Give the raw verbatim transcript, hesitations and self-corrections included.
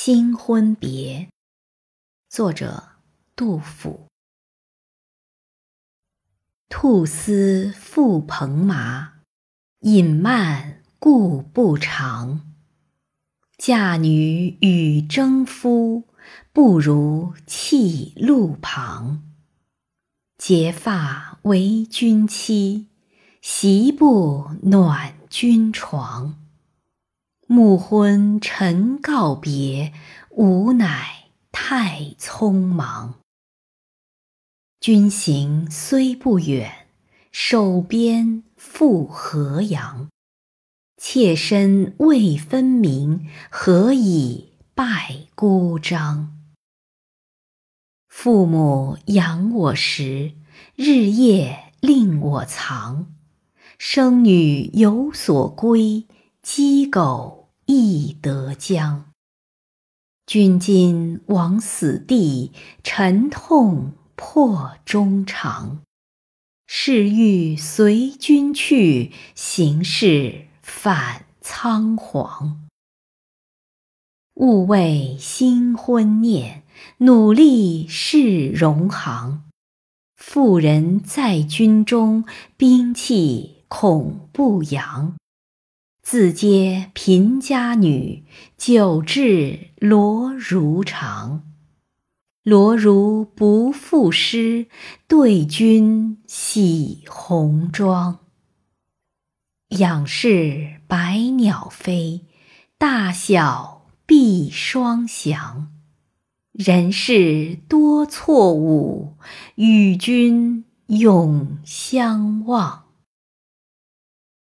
新婚别，作者杜甫。兔丝复蓬麻，隐漫故不长。嫁女与征夫，不如弃路旁。结发为君妻，席不暖君床。暮昏晨告别，吾乃太匆忙。君行虽不远，守边复河阳。妾身未分明，何以拜孤章？父母养我时，日夜令我藏。生女有所归，鸡狗亦得将。君今往死地，沉痛破衷肠。誓欲随君去，行事反仓皇。勿为新婚念，努力是戎行。妇人在军中，兵器恐不扬。自嗟贫家女，久置罗襦长。罗襦不复施，对君洗红妆。仰视百鸟飞，大小必双翔。人世多错误，与君永相忘。